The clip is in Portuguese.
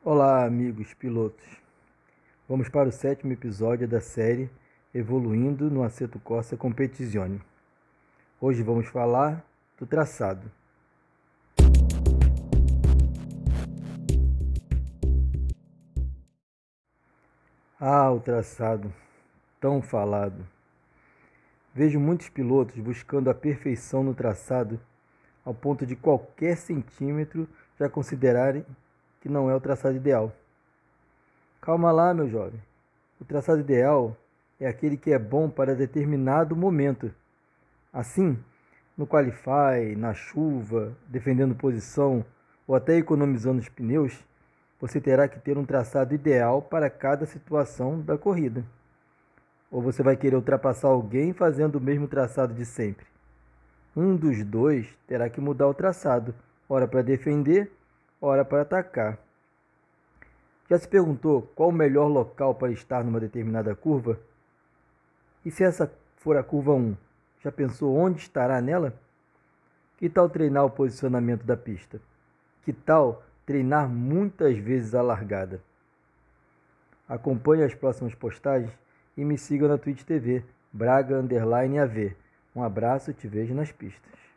Olá, amigos pilotos. Vamos para o 7º episódio da série Evoluindo no Assetto Corsa Competizione. Hoje vamos falar do traçado. O traçado, tão falado. Vejo muitos pilotos buscando a perfeição no traçado, ao ponto de qualquer centímetro já considerarem que não é o traçado ideal. Calma lá, meu jovem. O traçado ideal é aquele que é bom para determinado momento. Assim, no qualify, na chuva, defendendo posição ou até economizando os pneus, você terá que ter um traçado ideal para cada situação da corrida. Ou você vai querer ultrapassar alguém fazendo o mesmo traçado de sempre. Um dos dois terá que mudar o traçado, ora para defender, ora para atacar. Já se perguntou qual o melhor local para estar numa determinada curva? E se essa for a curva 1, já pensou onde estará nela? Que tal treinar o posicionamento da pista? Que tal treinar muitas vezes a largada? Acompanhe as próximas postagens e me siga na Twitch TV, Braga_AV. Um abraço, te vejo nas pistas.